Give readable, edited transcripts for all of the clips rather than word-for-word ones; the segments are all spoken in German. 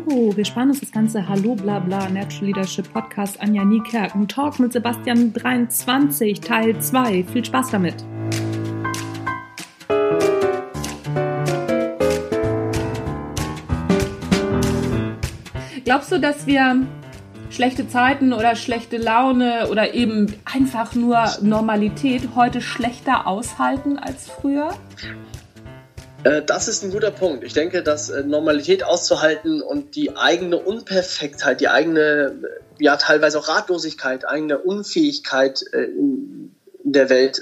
Hallo, wir sparen uns das ganze Hallo Blabla Natural Leadership Podcast Anja Niekerken. Talk mit Sebastian 23, Teil 2. Viel Spaß damit. Glaubst du, dass wir schlechte Zeiten oder schlechte Laune oder eben einfach nur Normalität heute schlechter aushalten als früher? Das ist ein guter Punkt. Ich denke, dass Normalität auszuhalten und die eigene Unperfektheit, die eigene, ja teilweise auch Ratlosigkeit, eigene Unfähigkeit in der Welt,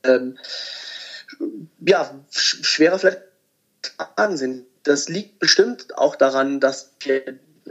schwerer vielleicht sind. Das liegt bestimmt auch daran, dass wir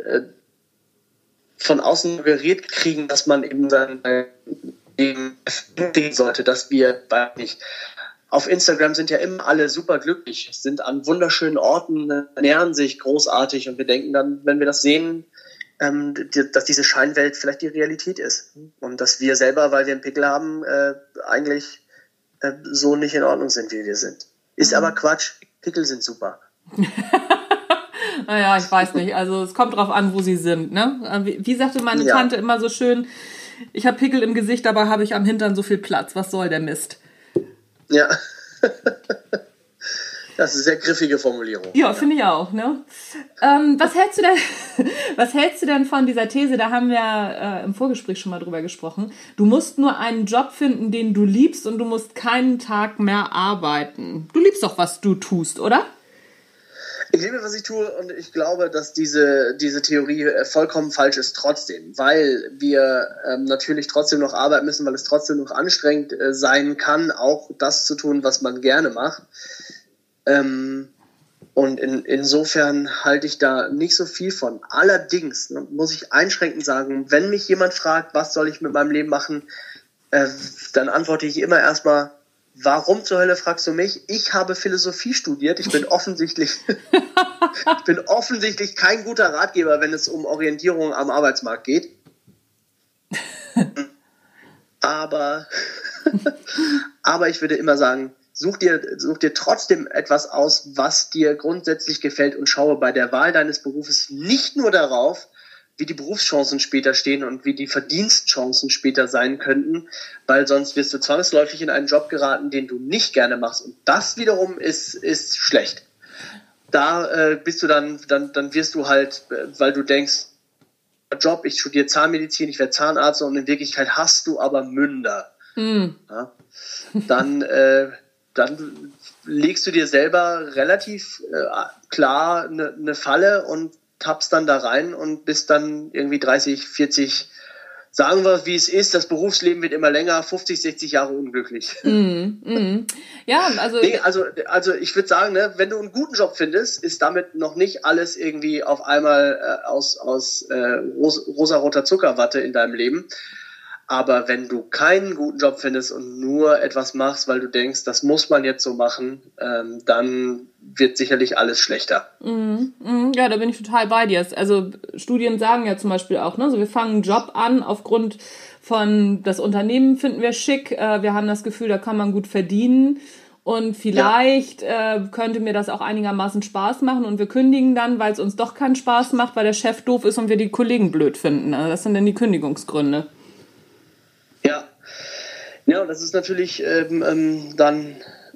von außen suggeriert kriegen, dass man eben sein Leben finden sollte, dass wir, weiß nicht, auf Instagram sind ja immer alle super glücklich, sind an wunderschönen Orten, ernähren sich großartig und wir denken dann, wenn wir das sehen, dass diese Scheinwelt vielleicht die Realität ist und dass wir selber, weil wir einen Pickel haben, eigentlich so nicht in Ordnung sind, wie wir sind. Ist aber Quatsch, Pickel sind super. Naja, ich weiß nicht, also es kommt drauf an, wo sie sind, ne? Wie sagte meine Tante immer so schön, ich habe Pickel im Gesicht, dabei habe ich am Hintern so viel Platz, was soll der Mist? Ja, das ist eine sehr griffige Formulierung. Ja, finde ich auch. Ne? Was hältst du denn von dieser These, da haben wir im Vorgespräch schon mal drüber gesprochen, du musst nur einen Job finden, den du liebst und du musst keinen Tag mehr arbeiten. Du liebst doch, was du tust, oder? Ich liebe, was ich tue und ich glaube, dass diese Theorie vollkommen falsch ist trotzdem, weil wir natürlich trotzdem noch arbeiten müssen, weil es trotzdem noch anstrengend sein kann, auch das zu tun, was man gerne macht. Und insofern halte ich da nicht so viel von. Allerdings muss ich einschränkend sagen, wenn mich jemand fragt, was soll ich mit meinem Leben machen, dann antworte ich immer erstmal, warum zur Hölle fragst du mich? Ich habe Philosophie studiert. Ich bin offensichtlich kein guter Ratgeber, wenn es um Orientierung am Arbeitsmarkt geht. Aber ich würde immer sagen, such dir trotzdem etwas aus, was dir grundsätzlich gefällt und schaue bei der Wahl deines Berufes nicht nur darauf, wie die Berufschancen später stehen und wie die Verdienstchancen später sein könnten, weil sonst wirst du zwangsläufig in einen Job geraten, den du nicht gerne machst. Und das wiederum ist schlecht. Da bist du dann wirst du halt, weil du denkst, Job, ich studiere Zahnmedizin, ich werde Zahnarzt und in Wirklichkeit hast du aber Münder. Ja, dann legst du dir selber relativ klar eine Falle und tappst dann da rein und bist dann irgendwie 30, 40, sagen wir, wie es ist, das Berufsleben wird immer länger, 50, 60 Jahre unglücklich. Ja, also... Nee, also ich würde sagen, ne, wenn du einen guten Job findest, ist damit noch nicht alles irgendwie auf einmal aus rosaroter Zuckerwatte in deinem Leben. Aber wenn du keinen guten Job findest und nur etwas machst, weil du denkst, das muss man jetzt so machen, dann wird sicherlich alles schlechter. Ja, da bin ich total bei dir. Also Studien sagen ja zum Beispiel auch, ne, so wir fangen einen Job an aufgrund von, das Unternehmen finden wir schick, wir haben das Gefühl, da kann man gut verdienen und vielleicht könnte mir das auch einigermaßen Spaß machen und wir kündigen dann, weil es uns doch keinen Spaß macht, weil der Chef doof ist und wir die Kollegen blöd finden. Also das sind dann die Kündigungsgründe. Ja, und das ist natürlich dann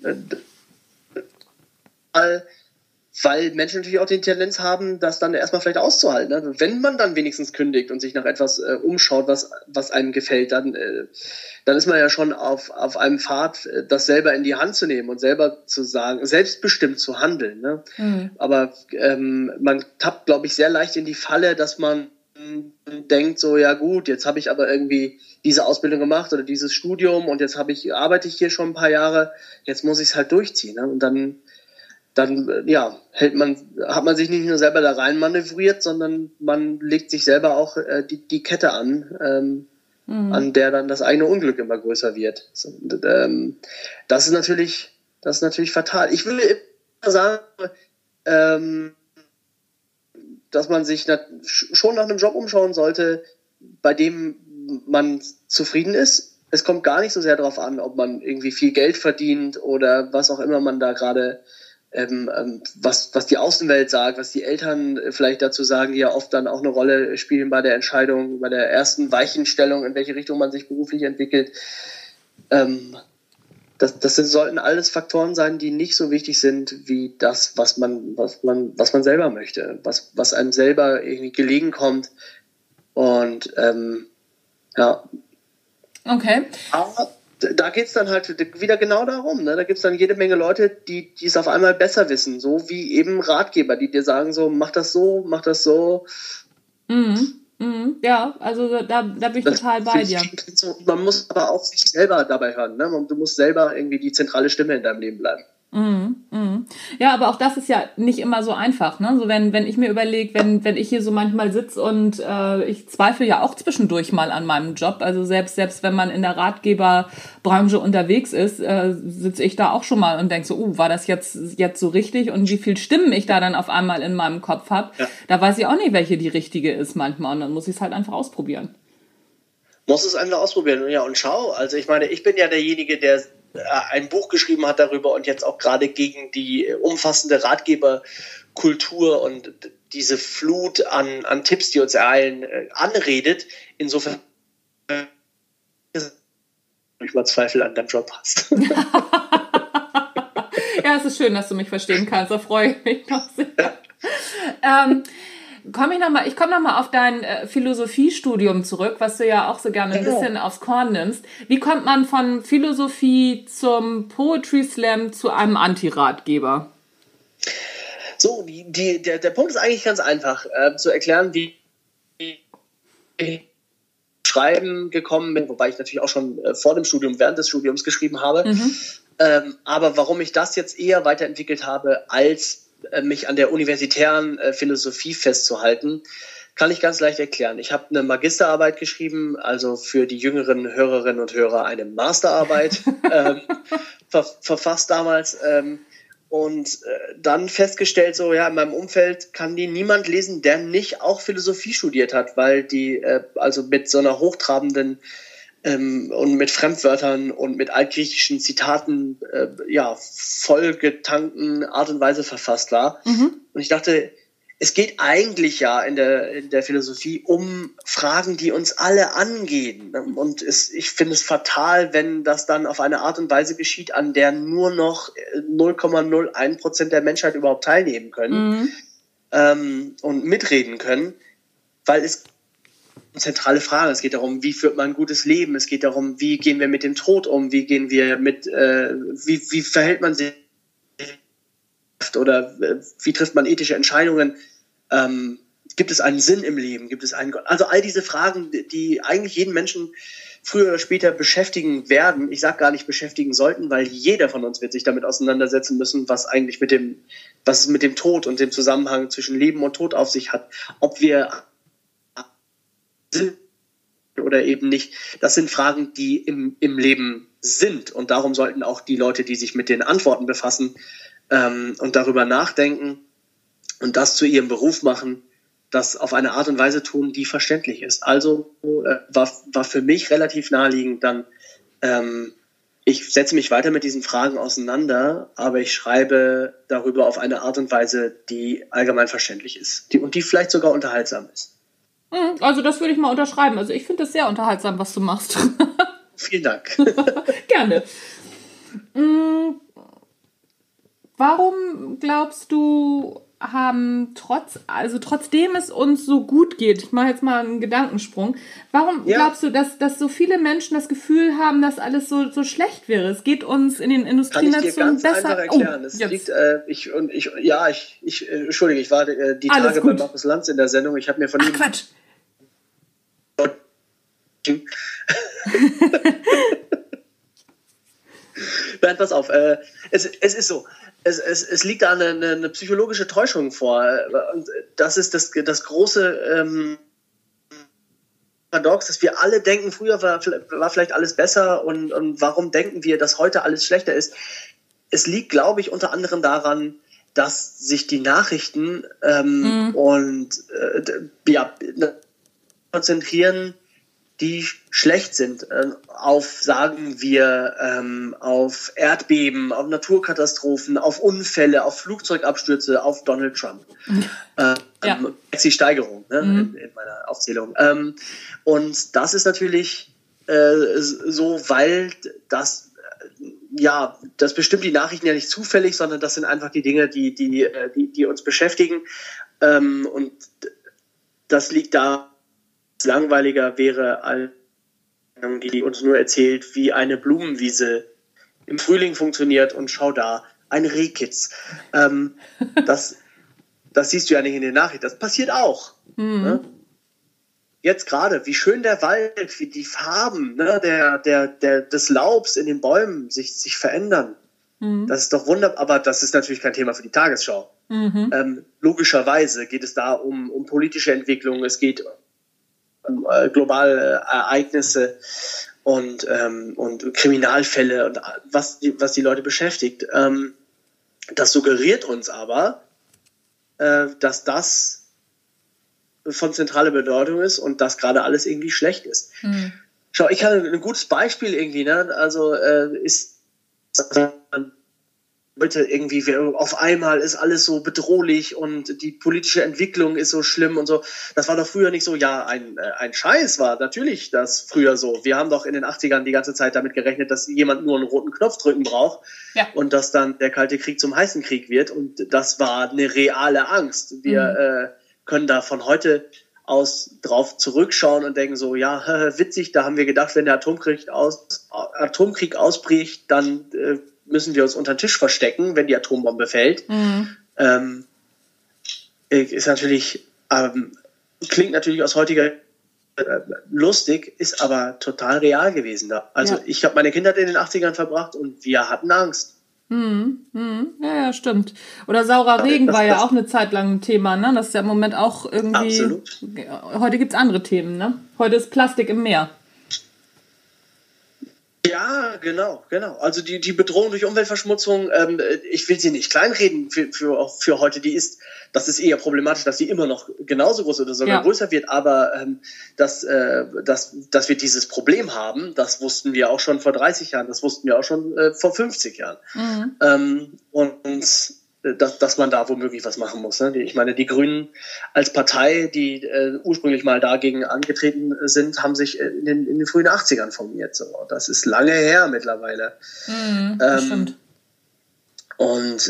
weil Menschen natürlich auch die Tendenz haben, das dann erstmal vielleicht auszuhalten. Ne? Wenn man dann wenigstens kündigt und sich nach etwas umschaut, was einem gefällt, dann ist man ja schon auf einem Pfad, das selber in die Hand zu nehmen und selber zu sagen, selbstbestimmt zu handeln. Ne? Aber man tappt, glaube ich, sehr leicht in die Falle, dass man denkt so, ja gut, jetzt habe ich aber irgendwie diese Ausbildung gemacht oder dieses Studium und jetzt arbeite ich hier schon ein paar Jahre, jetzt muss ich es halt durchziehen. Ne? Und dann hat man sich nicht nur selber da rein manövriert, sondern man legt sich selber auch die Kette an, an der dann das eigene Unglück immer größer wird. Das ist natürlich fatal. Ich würde immer sagen, dass man sich schon nach einem Job umschauen sollte, bei dem man zufrieden ist. Es kommt gar nicht so sehr darauf an, ob man irgendwie viel Geld verdient oder was auch immer man da gerade was die Außenwelt sagt, was die Eltern vielleicht dazu sagen, die ja oft dann auch eine Rolle spielen bei der Entscheidung, bei der ersten Weichenstellung, in welche Richtung man sich beruflich entwickelt. Das sollten alles Faktoren sein, die nicht so wichtig sind wie das, was man selber möchte, was einem selber irgendwie gelegen kommt. Und ja. Okay. Aber da geht es dann halt wieder genau darum. Ne? Da gibt es dann jede Menge Leute, die es auf einmal besser wissen. So wie eben Ratgeber, die dir sagen so, mach das so, mach das so. Ja, also da bin ich total bei dir. Man muss aber auch sich selber dabei hören. Ne? Du musst selber irgendwie die zentrale Stimme in deinem Leben bleiben. Ja, aber auch das ist ja nicht immer so einfach, ne? So wenn ich mir überlege, wenn ich hier so manchmal sitze und ich zweifle ja auch zwischendurch mal an meinem Job, also selbst wenn man in der Ratgeberbranche unterwegs ist, sitze ich da auch schon mal und denke so, war das jetzt so richtig und wie viel Stimmen ich da dann auf einmal in meinem Kopf habe, da weiß ich auch nicht, welche die richtige ist manchmal und dann muss ich es halt einfach ausprobieren. Muss es einfach ausprobieren, ja, und schau, also ich meine, ich bin ja derjenige, der ein Buch geschrieben hat darüber und jetzt auch gerade gegen die umfassende Ratgeberkultur und diese Flut an Tipps, die uns ereilen, anredet. Insofern du mal Zweifel an deinem Job hast. Ja, es ist schön, dass du mich verstehen kannst, da freue ich mich noch sehr. Ich komme noch mal auf dein Philosophiestudium zurück, was du ja auch so gerne ein bisschen aufs Korn nimmst. Wie kommt man von Philosophie zum Poetry Slam zu einem Anti-Ratgeber? So, der Punkt ist eigentlich ganz einfach zu erklären, wie ich Schreiben gekommen bin, wobei ich natürlich auch schon vor dem Studium, während des Studiums geschrieben habe. Aber warum ich das jetzt eher weiterentwickelt habe, als mich an der universitären Philosophie festzuhalten, kann ich ganz leicht erklären. Ich habe eine Magisterarbeit geschrieben, also für die jüngeren Hörerinnen und Hörer eine Masterarbeit verfasst damals und dann festgestellt, so ja, in meinem Umfeld kann die niemand lesen, der nicht auch Philosophie studiert hat, weil die also mit so einer hochtrabenden und mit Fremdwörtern und mit altgriechischen Zitaten vollgetankten Art und Weise verfasst war. Und ich dachte, es geht eigentlich ja in der Philosophie um Fragen, die uns alle angehen. Und ich finde es fatal, wenn das dann auf eine Art und Weise geschieht, an der nur noch 0,01% der Menschheit überhaupt teilnehmen können und mitreden können, weil es zentrale Fragen. Es geht darum, wie führt man ein gutes Leben? Es geht darum, wie gehen wir mit dem Tod um? Wie gehen wir wie verhält man sich oder wie trifft man ethische Entscheidungen? Gibt es einen Sinn im Leben? Gibt es einen Gott? Also all diese Fragen, die eigentlich jeden Menschen früher oder später beschäftigen werden. Ich sage gar nicht beschäftigen sollten, weil jeder von uns wird sich damit auseinandersetzen müssen, was es mit dem Tod und dem Zusammenhang zwischen Leben und Tod auf sich hat. Ob wir sind oder eben nicht. Das sind Fragen, die im Leben sind. Und darum sollten auch die Leute, die sich mit den Antworten befassen und darüber nachdenken und das zu ihrem Beruf machen, das auf eine Art und Weise tun, die verständlich ist. Also war für mich relativ naheliegend dann, ich setze mich weiter mit diesen Fragen auseinander, aber ich schreibe darüber auf eine Art und Weise, die allgemein verständlich ist und die vielleicht sogar unterhaltsam ist. Also das würde ich mal unterschreiben. Also ich finde das sehr unterhaltsam, was du machst. Vielen Dank. Gerne. Warum glaubst du, trotzdem es uns so gut geht, ich mache jetzt mal einen Gedankensprung, warum glaubst du, dass so viele Menschen das Gefühl haben, dass alles so schlecht wäre? Es geht uns in den Industrienationen besser. Kann ich dir ganz einfach erklären. Es liegt, Entschuldige, ich war die Tage bei Markus Lanz in der Sendung, ich habe mir von ihm... Quatsch! Bernd, pass auf, es ist so, es liegt da eine psychologische Täuschung vor. Und das ist das große Paradox, dass wir alle denken, früher war vielleicht alles besser und warum denken wir, dass heute alles schlechter ist? Es liegt, glaube ich, unter anderem daran, dass sich die Nachrichten konzentrieren, die schlecht sind, auf, sagen wir, auf Erdbeben, auf Naturkatastrophen, auf Unfälle, auf Flugzeugabstürze, auf Donald Trump. Die Steigerung, ne, in meiner Aufzählung. Und das ist natürlich so, weil das das bestimmt die Nachrichten ja nicht zufällig, sondern das sind einfach die Dinge, die uns beschäftigen. Und das liegt da, langweiliger wäre, als die uns nur erzählt, wie eine Blumenwiese im Frühling funktioniert und schau da, ein Rehkitz. Das siehst du ja nicht in den Nachrichten. Das passiert auch. Ne? Jetzt gerade, wie schön der Wald, wie die Farben, ne, des Laubs in den Bäumen sich verändern. Das ist doch wunderbar, aber das ist natürlich kein Thema für die Tagesschau. Logischerweise geht es da um politische Entwicklung, es geht um globale Ereignisse und Kriminalfälle und was die Leute beschäftigt. Das suggeriert uns aber, dass das von zentraler Bedeutung ist und dass gerade alles irgendwie schlecht ist. Schau, ich habe ein gutes Beispiel irgendwie, ne? Also ist heute irgendwie, auf einmal ist alles so bedrohlich und die politische Entwicklung ist so schlimm und so. Das war doch früher nicht so. Ja, ein Scheiß war natürlich das früher so. Wir haben doch in den 80ern die ganze Zeit damit gerechnet, dass jemand nur einen roten Knopf drücken braucht und dass dann der Kalte Krieg zum heißen Krieg wird. Und das war eine reale Angst. Wir können da von heute aus drauf zurückschauen und denken so, ja, witzig, da haben wir gedacht, wenn der Atomkrieg ausbricht, dann müssen wir uns unter den Tisch verstecken, wenn die Atombombe fällt. Ist natürlich, klingt natürlich aus heutiger lustig, ist aber total real gewesen. Also ich habe meine Kindheit in den 80ern verbracht und wir hatten Angst. Ja, stimmt. Oder saurer Regen war ja auch eine Zeit lang ein Thema, ne? Das ist ja im Moment auch irgendwie... Absolut. Heute gibt's andere Themen, ne? Heute ist Plastik im Meer. Ja, genau. Also die Bedrohung durch Umweltverschmutzung, ich will sie nicht kleinreden für heute, das ist eher problematisch, dass sie immer noch genauso groß oder sogar größer wird, aber dass wir dieses Problem haben, das wussten wir auch schon vor 30 Jahren, das wussten wir auch schon vor 50 Jahren. Und dass man da womöglich was machen muss. Ne? Ich meine, die Grünen als Partei, die ursprünglich mal dagegen angetreten sind, haben sich in den frühen 80ern formiert. So. Das ist lange her mittlerweile. Stimmt. Und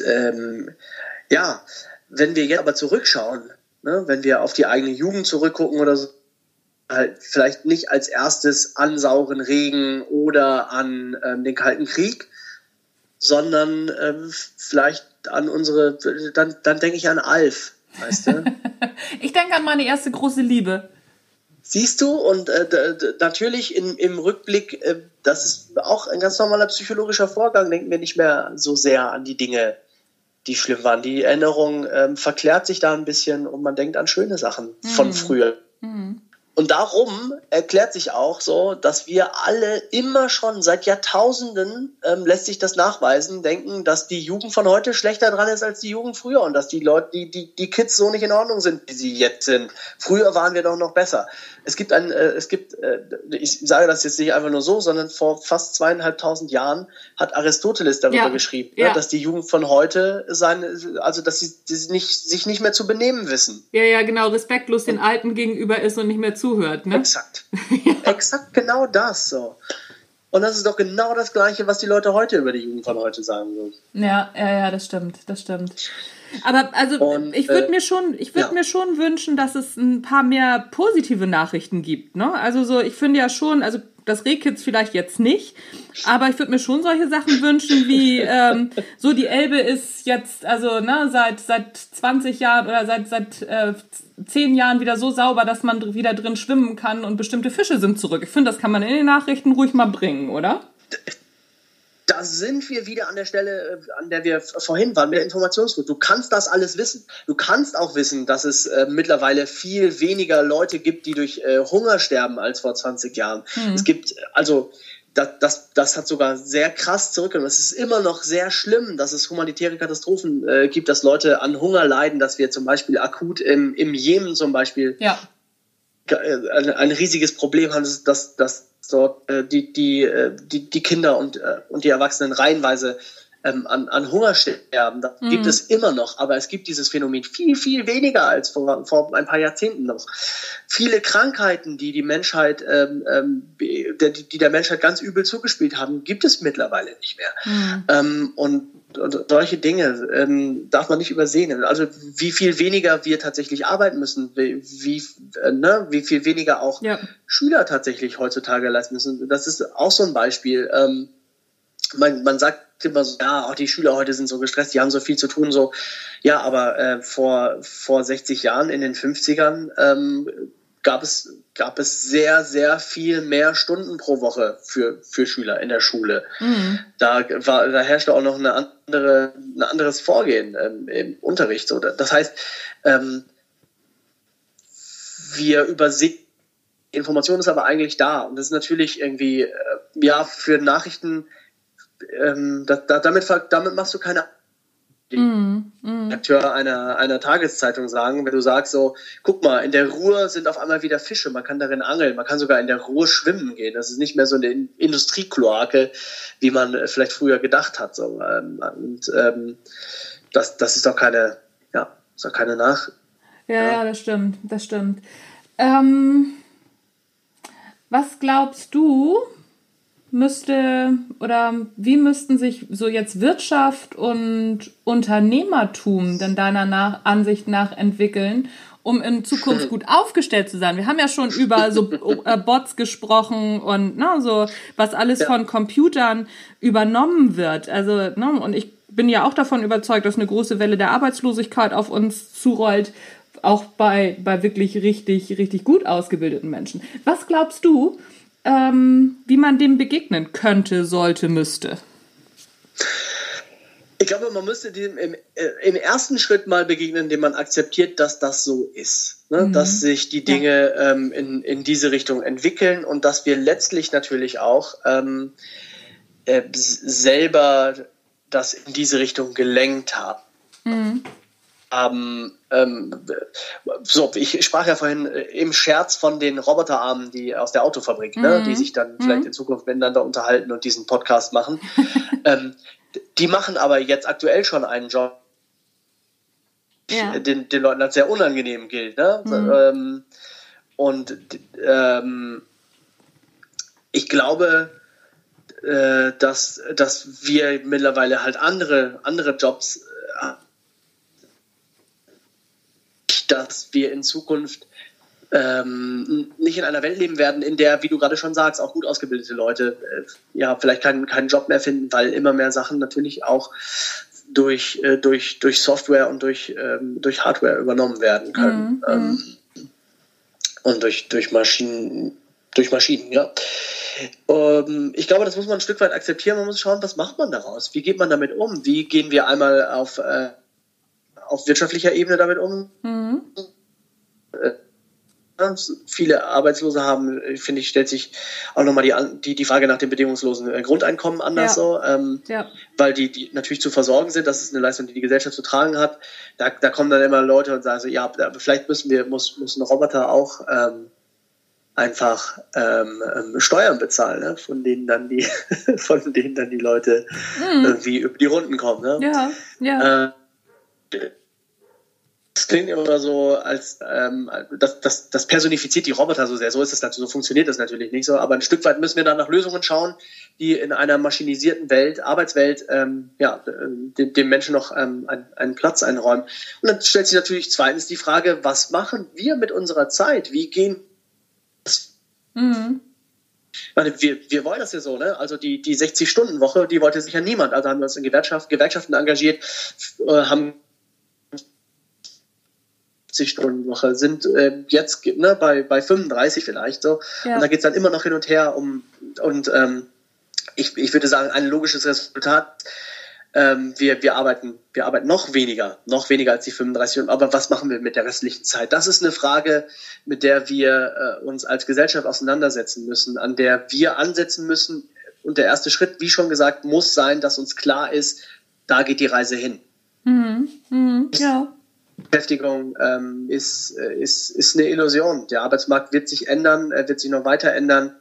wenn wir jetzt aber zurückschauen, ne, wenn wir auf die eigene Jugend zurückgucken oder so, halt vielleicht nicht als erstes an sauren Regen oder an den Kalten Krieg, sondern vielleicht an dann denke ich an Alf, weißt du? Ich denke an meine erste große Liebe. Siehst du, und natürlich im Rückblick, das ist auch ein ganz normaler psychologischer Vorgang, denken wir nicht mehr so sehr an die Dinge, die schlimm waren. Die Erinnerung verklärt sich da ein bisschen und man denkt an schöne Sachen von früher. Und darum erklärt sich auch so, dass wir alle immer schon seit Jahrtausenden, lässt sich das nachweisen, denken, dass die Jugend von heute schlechter dran ist als die Jugend früher und dass die Leute, die Kids so nicht in Ordnung sind, wie sie jetzt sind. Früher waren wir doch noch besser. Ich sage das jetzt nicht einfach nur so, sondern vor fast 2500 Jahren hat Aristoteles darüber geschrieben, ne, dass die Jugend von heute dass sie sich nicht mehr zu benehmen wissen. Ja, genau, respektlos den Alten gegenüber ist und nicht mehr zuhört, ne? Exakt. Exakt genau das, so. Und das ist doch genau das Gleiche, was die Leute heute über die Jugend von heute sagen würden. Ja, das stimmt. Aber also ich würde mir schon wünschen, dass es ein paar mehr positive Nachrichten gibt, ne? Also so, ich finde ja schon, also das Rehkitz vielleicht jetzt nicht, aber ich würde mir schon solche Sachen wünschen wie so die Elbe ist jetzt also ne seit 20 Jahren oder seit 10 Jahren wieder so sauber, dass man wieder drin schwimmen kann und bestimmte Fische sind zurück. Ich finde, das kann man in den Nachrichten ruhig mal bringen, oder? Da sind wir wieder an der Stelle, an der wir vorhin waren, mit der Informationsflut. Du kannst das alles wissen. Du kannst auch wissen, dass es mittlerweile viel weniger Leute gibt, die durch Hunger sterben als vor 20 Jahren. Es gibt, also das hat sogar sehr krass zurückgenommen. Es ist immer noch sehr schlimm, dass es humanitäre Katastrophen gibt, dass Leute an Hunger leiden, dass wir zum Beispiel akut im Jemen zum Beispiel ein riesiges Problem haben, dass dort die Kinder und die Erwachsenen reihenweise an Hunger sterben. Das gibt es immer noch, aber es gibt dieses Phänomen viel, viel weniger als vor ein paar Jahrzehnten noch. Viele Krankheiten, die die Menschheit, die der Menschheit ganz übel zugespielt haben, gibt es mittlerweile nicht mehr. Und solche Dinge darf man nicht übersehen. Also wie viel weniger wir tatsächlich arbeiten müssen, wie viel weniger auch Schüler tatsächlich heutzutage leisten müssen. Das ist auch so ein Beispiel. Man sagt immer so, ja, die Schüler heute sind so gestresst, die haben so viel zu tun, so. Ja, aber vor 60 Jahren, in den 50ern, gab es sehr, sehr viel mehr Stunden pro Woche für Schüler in der Schule. Da herrschte auch noch ein anderes Vorgehen im Unterricht. So. Das heißt, wir übersehen, Information ist aber eigentlich da. Und das ist natürlich irgendwie, für Nachrichten, damit machst du keine Akteur einer Tageszeitung sagen, wenn du sagst so, guck mal, in der Ruhr sind auf einmal wieder Fische, man kann darin angeln, man kann sogar in der Ruhr schwimmen gehen. Das ist nicht mehr so eine Industriekloake, wie man vielleicht früher gedacht hat. So. Das ist doch keine Nach. Ja, das stimmt. Was glaubst du, wie müssten sich so jetzt Wirtschaft und Unternehmertum denn deiner Ansicht nach entwickeln, um in Zukunft gut aufgestellt zu sein? Wir haben ja schon über so Bots gesprochen und so, was alles von Computern übernommen wird. Also, und ich bin ja auch davon überzeugt, dass eine große Welle der Arbeitslosigkeit auf uns zurollt, auch bei wirklich richtig, richtig gut ausgebildeten Menschen. Was glaubst du, wie man dem begegnen könnte, sollte, müsste? Ich glaube, man müsste dem im ersten Schritt mal begegnen, indem man akzeptiert, dass das so ist. Ne? Dass sich die Dinge in diese Richtung entwickeln und dass wir letztlich natürlich auch selber das in diese Richtung gelenkt haben. Ich sprach ja vorhin im Scherz von den Roboterarmen, die aus der Autofabrik, die sich dann vielleicht in Zukunft miteinander unterhalten und diesen Podcast machen. Die machen aber jetzt aktuell schon einen Job, den Leuten als sehr unangenehm gilt. Ne? Ich glaube, dass wir mittlerweile halt andere Jobs dass wir in Zukunft nicht in einer Welt leben werden, in der, wie du gerade schon sagst, auch gut ausgebildete Leute vielleicht keinen Job mehr finden, weil immer mehr Sachen natürlich auch durch Software und durch Hardware übernommen werden können. Und durch Maschinen, ja. Ich glaube, das muss man ein Stück weit akzeptieren. Man muss schauen, was macht man daraus? Wie geht man damit um? Wie gehen wir einmal auf wirtschaftlicher Ebene damit um? Viele Arbeitslose haben, finde ich, stellt sich auch nochmal die Frage nach dem bedingungslosen Grundeinkommen anders, weil die natürlich zu versorgen sind. Das ist eine Leistung, die die Gesellschaft zu tragen hat. Da kommen dann immer Leute und sagen so, ja, vielleicht muss ein Roboter auch einfach Steuern bezahlen, ne? von denen dann die Leute irgendwie über die Runden kommen. Ne? Das klingt immer so, als das personifiziert die Roboter so sehr. So ist es natürlich, so funktioniert das natürlich nicht so. Aber ein Stück weit müssen wir dann nach Lösungen schauen, die in einer maschinisierten Arbeitswelt, dem Menschen noch einen Platz einräumen. Und dann stellt sich natürlich zweitens die Frage, was machen wir mit unserer Zeit? Wie gehen das? Ich meine, wir wollen das ja so, ne? Also die 60-Stunden-Woche, die wollte sich ja niemand. Also haben wir uns in Gewerkschaften engagiert, haben 60-Stunden-Woche, sind jetzt bei 35 vielleicht so. Ja. Und da geht es dann immer noch hin und her ich würde sagen, ein logisches Resultat. Wir arbeiten noch weniger als die 35 Stunden. Aber was machen wir mit der restlichen Zeit? Das ist eine Frage, mit der wir uns als Gesellschaft auseinandersetzen müssen, an der wir ansetzen müssen. Und der erste Schritt, wie schon gesagt, muss sein, dass uns klar ist, da geht die Reise hin. Ja. Beschäftigung ist eine Illusion. Der Arbeitsmarkt wird sich ändern, er wird sich noch weiter ändern.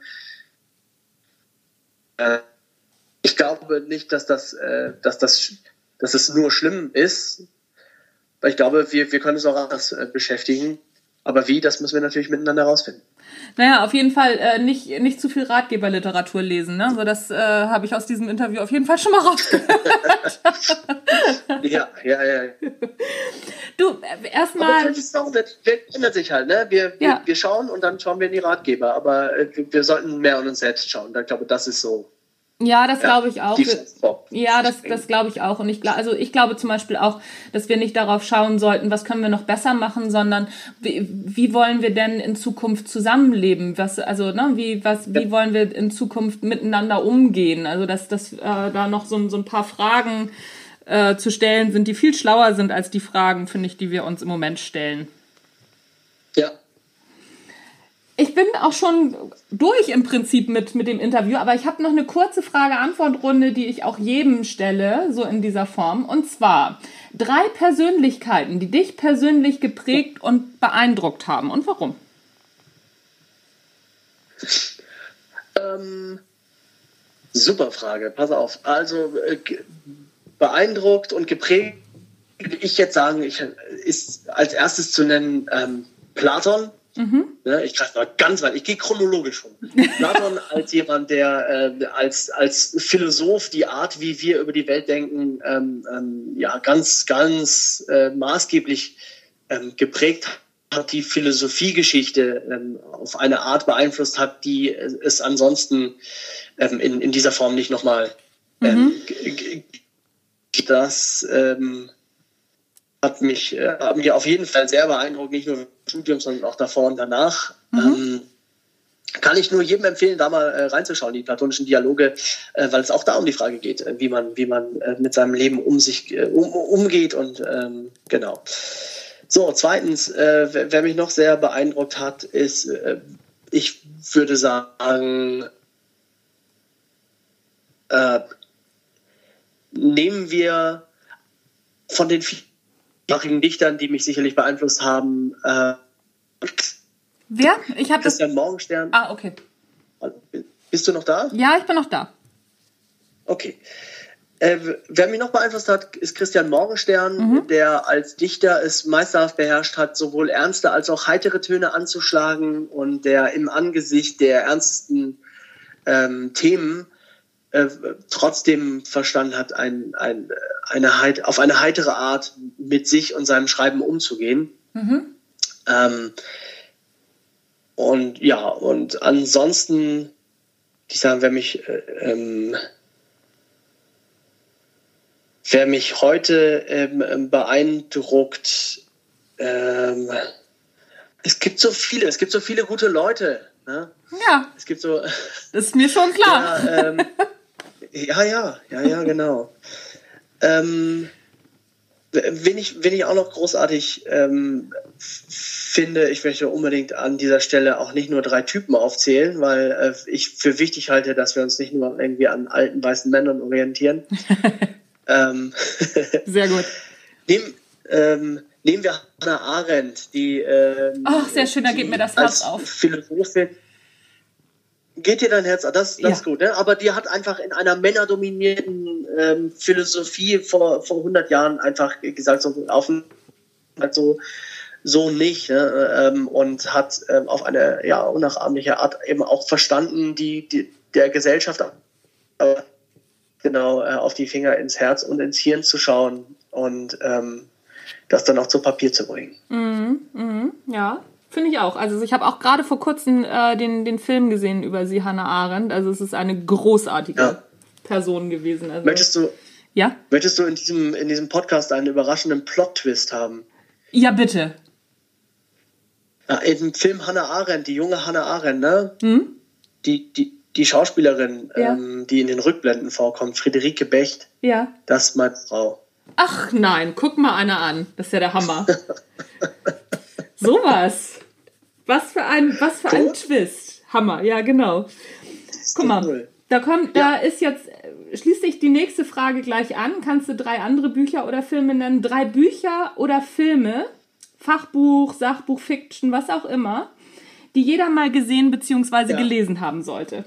Ich glaube nicht, dass das nur schlimm ist, weil ich glaube, wir können uns auch anders beschäftigen. Aber wie, das müssen wir natürlich miteinander herausfinden. Naja, auf jeden Fall nicht zu viel Ratgeberliteratur lesen. Ne? So, das habe ich aus diesem Interview auf jeden Fall schon mal rausgehört. Ja. Du, erstmal... Das ändert sich halt. Ne? Wir schauen und dann schauen wir in die Ratgeber. Aber wir sollten mehr an uns selbst schauen. Ich glaube, das ist so... Ja, das glaube ich auch. Ja, das glaube ich auch. Und ich glaube zum Beispiel auch, dass wir nicht darauf schauen sollten, was können wir noch besser machen, sondern wie wollen wir denn in Zukunft zusammenleben? Wie wollen wir in Zukunft miteinander umgehen? Also, dass da noch so ein paar Fragen zu stellen sind, die viel schlauer sind als die Fragen, finde ich, die wir uns im Moment stellen. Ja. Ich bin auch schon durch im Prinzip mit dem Interview, aber ich habe noch eine kurze Frage-Antwort-Runde, die ich auch jedem stelle, so in dieser Form. Und zwar 3 Persönlichkeiten, die dich persönlich geprägt und beeindruckt haben. Und warum? Super Frage, pass auf. Also beeindruckt und geprägt, würde ich jetzt sagen, ist als erstes zu nennen Platon. Ne, ich greife mal ganz weit, ich gehe chronologisch schon. Platon als jemand, der als Philosoph die Art, wie wir über die Welt denken, ganz maßgeblich geprägt hat, die Philosophiegeschichte auf eine Art beeinflusst hat, die es ansonsten in dieser Form nicht nochmal das hat mich auf jeden Fall sehr beeindruckt, nicht nur im Studium, sondern auch davor und danach. Kann ich nur jedem empfehlen, da mal reinzuschauen, die platonischen Dialoge, weil es auch da um die Frage geht, wie man mit seinem Leben umgeht und genau. So, zweitens, wer mich noch sehr beeindruckt hat, ist, ich würde sagen, nehmen wir von den vielen Dichtern, die mich sicherlich beeinflusst haben. Wer? Ich habe Christian Morgenstern. Ah, okay. Bist du noch da? Ja, ich bin noch da. Okay. Wer mich noch beeinflusst hat, ist Christian Morgenstern, der als Dichter es meisterhaft beherrscht hat, sowohl ernste als auch heitere Töne anzuschlagen und der im Angesicht der ernsten Themen trotzdem verstanden hat, auf eine heitere Art mit sich und seinem Schreiben umzugehen. Und ansonsten, ich sage, wer mich heute beeindruckt, es gibt so viele gute Leute. Ne? Ja. Es gibt so. Das ist mir schon klar. Ja, genau. Wen ich auch noch großartig finde, ich möchte unbedingt an dieser Stelle auch nicht nur 3 Typen aufzählen, weil ich für wichtig halte, dass wir uns nicht nur irgendwie an alten weißen Männern orientieren. Sehr gut. Nehmen wir Hannah Arendt, die ach, sehr schön, da geht mir das Herz auf. Philosophin. Geht dir dein Herz auf? Das ist gut, ne? Aber die hat einfach in einer männerdominierten Philosophie vor 100 Jahren einfach gesagt, so nicht, ne? Und hat auf eine unnachahmliche Art eben auch verstanden, der Gesellschaft auf die Finger, ins Herz und ins Hirn zu schauen und das dann auch zu Papier zu bringen. Ja. Finde ich auch. Also ich habe auch gerade vor kurzem den Film gesehen über sie, Hannah Arendt. Also es ist eine großartige Person gewesen. Also, Möchtest du in diesem Podcast einen überraschenden Plot-Twist haben? Ja, bitte. Ja, in dem Film Hannah Arendt, die junge Hannah Arendt, ne? Die Schauspielerin, die in den Rückblenden vorkommt, Friederike Becht. Ja. Das ist meine Frau. Ach nein, guck mal einer an. Das ist ja der Hammer. Sowas. Was für ein Twist. Hammer, ja, genau. Guck mal, da ist jetzt schließt sich die nächste Frage gleich an. Kannst du 3 andere Bücher oder Filme nennen? 3 Bücher oder Filme, Fachbuch, Sachbuch, Fiction, was auch immer, die jeder mal gesehen bzw. gelesen haben sollte.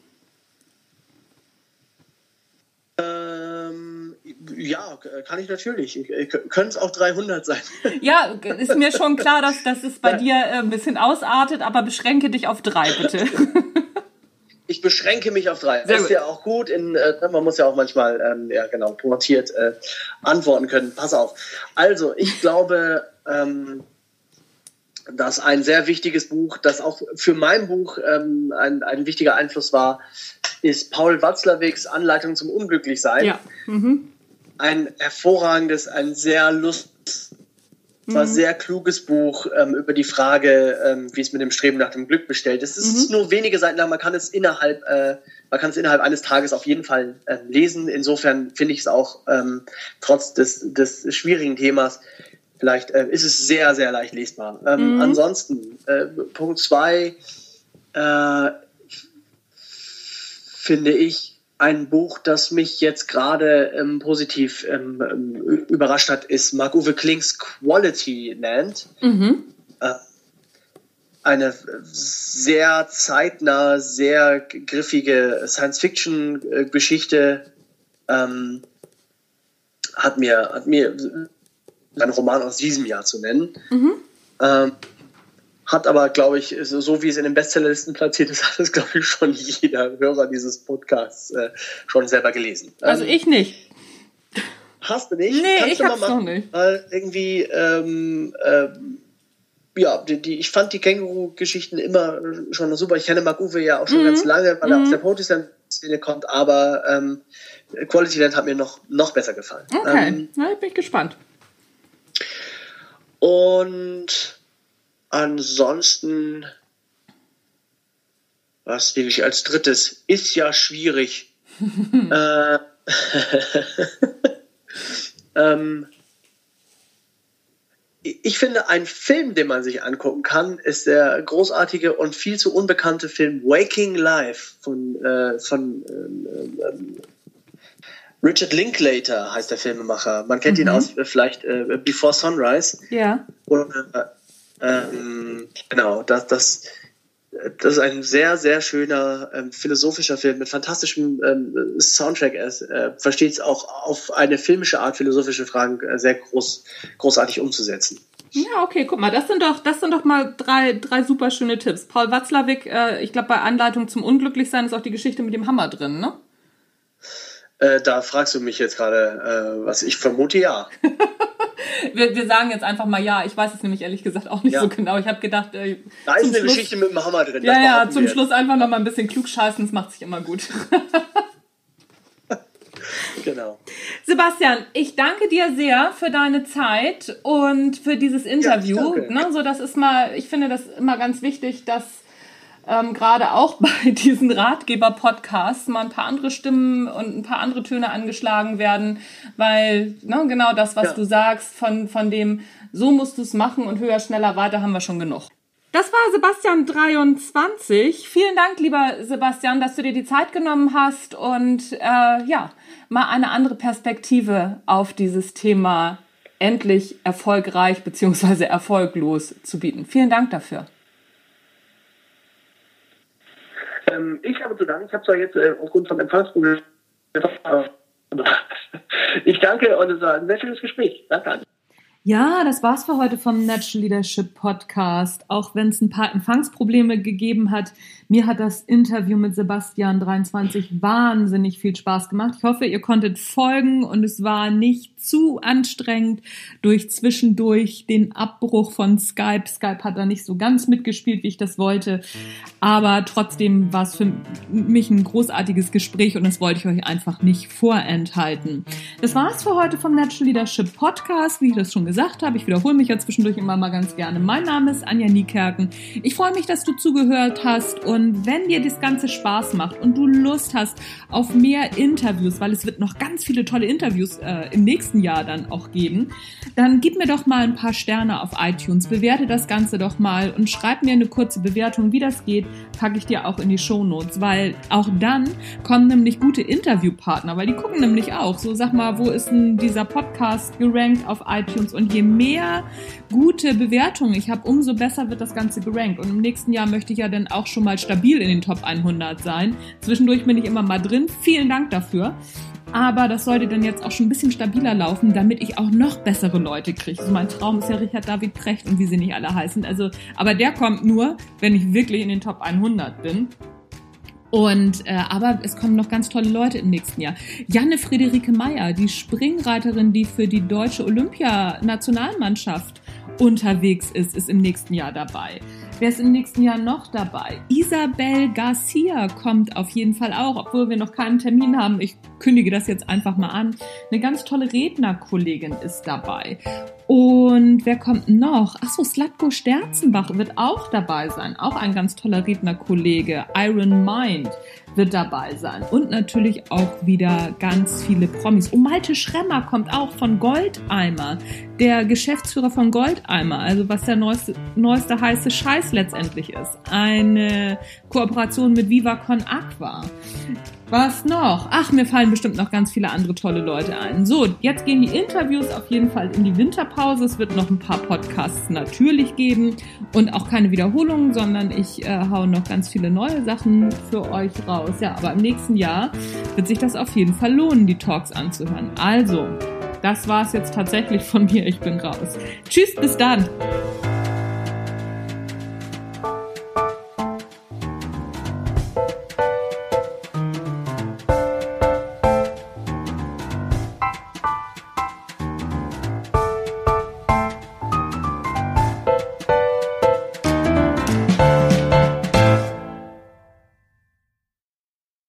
Ja, kann ich natürlich. Können es auch 300 sein. Ja, ist mir schon klar, dass es bei dir ein bisschen ausartet, aber beschränke dich auf 3, bitte. Ich beschränke mich auf 3. Das ist ja auch gut. Man muss ja auch manchmal pointiert antworten können. Pass auf. Also, ich glaube, dass ein sehr wichtiges Buch, das auch für mein Buch ein wichtiger Einfluss war, ist Paul Watzlawicks Anleitung zum Unglücklichsein. Ja. Ein hervorragendes, ein sehr lustiges, sehr kluges Buch über die Frage, wie es mit dem Streben nach dem Glück bestellt ist. Es ist nur wenige Seiten lang, man kann es innerhalb eines Tages auf jeden Fall lesen. Insofern finde ich es auch trotz des schwierigen Themas, vielleicht ist es sehr, sehr leicht lesbar. Ansonsten, Punkt 2, finde ich ein Buch, das mich jetzt gerade positiv überrascht hat, ist Marc-Uwe Klinks Quality Land. Eine sehr zeitnah, sehr griffige Science-Fiction-Geschichte. Hat mir einen Roman aus diesem Jahr zu nennen. Hat aber, glaube ich, so wie es in den Bestsellerlisten platziert ist, hat es, glaube ich, schon jeder Hörer dieses Podcasts schon selber gelesen. Also ich nicht. Hast du nicht? Nee, Kannst ich hab's noch nicht. Irgendwie, ich fand die Känguru-Geschichten immer schon super. Ich kenne Marc-Uwe ja auch schon ganz lange, weil er aus der Poetry-Szene kommt, aber Quality Land hat mir noch besser gefallen. Okay, na, bin ich gespannt. Und ansonsten, was nehme ich als drittes? Ist ja schwierig. Ich finde, ein Film, den man sich angucken kann, ist der großartige und viel zu unbekannte Film Waking Life von Richard Linklater heißt der Filmemacher. Man kennt ihn aus vielleicht Before Sunrise. Ja. Und, genau, das ist ein sehr, sehr schöner philosophischer Film mit fantastischem Soundtrack. Er versteht es auch auf eine filmische Art, philosophische Fragen sehr großartig umzusetzen. Ja, okay, guck mal, das sind doch mal drei super schöne Tipps. Paul Watzlawick, ich glaube, bei Anleitung zum Unglücklichsein ist auch die Geschichte mit dem Hammer drin, ne? Da fragst du mich jetzt gerade, was ich vermute, ja. Wir sagen jetzt einfach mal ja. Ich weiß es nämlich ehrlich gesagt auch nicht so genau. Ich habe gedacht, da ist eine Geschichte mit dem Hammer drin. Ja, zum Schluss einfach noch mal ein bisschen klugscheißen. Das macht sich immer gut. Genau. Sebastian, ich danke dir sehr für deine Zeit und für dieses Interview. Ich finde das immer ganz wichtig, dass gerade auch bei diesen Ratgeber-Podcasts mal ein paar andere Stimmen und ein paar andere Töne angeschlagen werden, weil genau das, was du sagst, von dem, so musst du es machen und höher, schneller, weiter, haben wir schon genug. Das war Sebastian 23. Vielen Dank, lieber Sebastian, dass du dir die Zeit genommen hast und mal eine andere Perspektive auf dieses Thema endlich erfolgreich bzw. erfolglos zu bieten. Vielen Dank dafür. Ich habe zu danken. Ich habe zwar jetzt aufgrund von Empfangsproblemen. Ich danke und es war ein sehr schönes Gespräch. Danke. Ja, das war's für heute vom Natural Leadership Podcast. Auch wenn es ein paar Empfangsprobleme gegeben hat, mir hat das Interview mit Sebastian 23 wahnsinnig viel Spaß gemacht. Ich hoffe, ihr konntet folgen und es war nicht zu anstrengend durch zwischendurch den Abbruch von Skype. Skype hat da nicht so ganz mitgespielt, wie ich das wollte. Aber trotzdem war es für mich ein großartiges Gespräch und das wollte ich euch einfach nicht vorenthalten. Das war's für heute vom Natural Leadership Podcast, wie ich das schon gesagt habe. Ich wiederhole mich ja zwischendurch immer mal ganz gerne. Mein Name ist Anja Niekerken. Ich freue mich, dass du zugehört hast und wenn dir das Ganze Spaß macht und du Lust hast auf mehr Interviews, weil es wird noch ganz viele tolle Interviews im nächsten nächsten Jahr dann auch geben, dann gib mir doch mal ein paar Sterne auf iTunes, bewerte das Ganze doch mal und schreib mir eine kurze Bewertung, wie das geht, packe ich dir auch in die Shownotes, weil auch dann kommen nämlich gute Interviewpartner, weil die gucken nämlich auch, so sag mal, wo ist denn dieser Podcast gerankt auf iTunes, und je mehr gute Bewertungen ich habe, umso besser wird das Ganze gerankt, und im nächsten Jahr möchte ich ja dann auch schon mal stabil in den Top 100 sein. Zwischendurch bin ich immer mal drin, vielen Dank dafür. Aber das sollte dann jetzt auch schon ein bisschen stabiler laufen, damit ich auch noch bessere Leute kriege. Also mein Traum ist ja Richard David Precht und wie sie nicht alle heißen. Also, aber der kommt nur, wenn ich wirklich in den Top 100 bin. Und aber es kommen noch ganz tolle Leute im nächsten Jahr. Janne Friederike Meyer, die Springreiterin, die für die deutsche Olympianationalmannschaft unterwegs ist im nächsten Jahr dabei. Wer ist im nächsten Jahr noch dabei? Isabel Garcia kommt auf jeden Fall auch, obwohl wir noch keinen Termin haben. Ich kündige das jetzt einfach mal an. Eine ganz tolle Rednerkollegin ist dabei. Und wer kommt noch? Achso, Slatko Sterzenbach wird auch dabei sein. Auch ein ganz toller Rednerkollege. Iron Mind wird dabei sein. Und natürlich auch wieder ganz viele Promis. Oh, Malte Schremmer kommt auch von Goldeimer. Der Geschäftsführer von Goldeimer. Also was der neueste heiße Scheiß letztendlich ist. Eine Kooperation mit Viva Con Aqua. Was noch? Ach, mir fallen bestimmt noch ganz viele andere tolle Leute ein. So, jetzt gehen die Interviews auf jeden Fall in die Winterpause. Es wird noch ein paar Podcasts natürlich geben und auch keine Wiederholungen, sondern ich hau noch ganz viele neue Sachen für euch raus. Ja, aber im nächsten Jahr wird sich das auf jeden Fall lohnen, die Talks anzuhören. Also, das war's jetzt tatsächlich von mir. Ich bin raus. Tschüss, bis dann!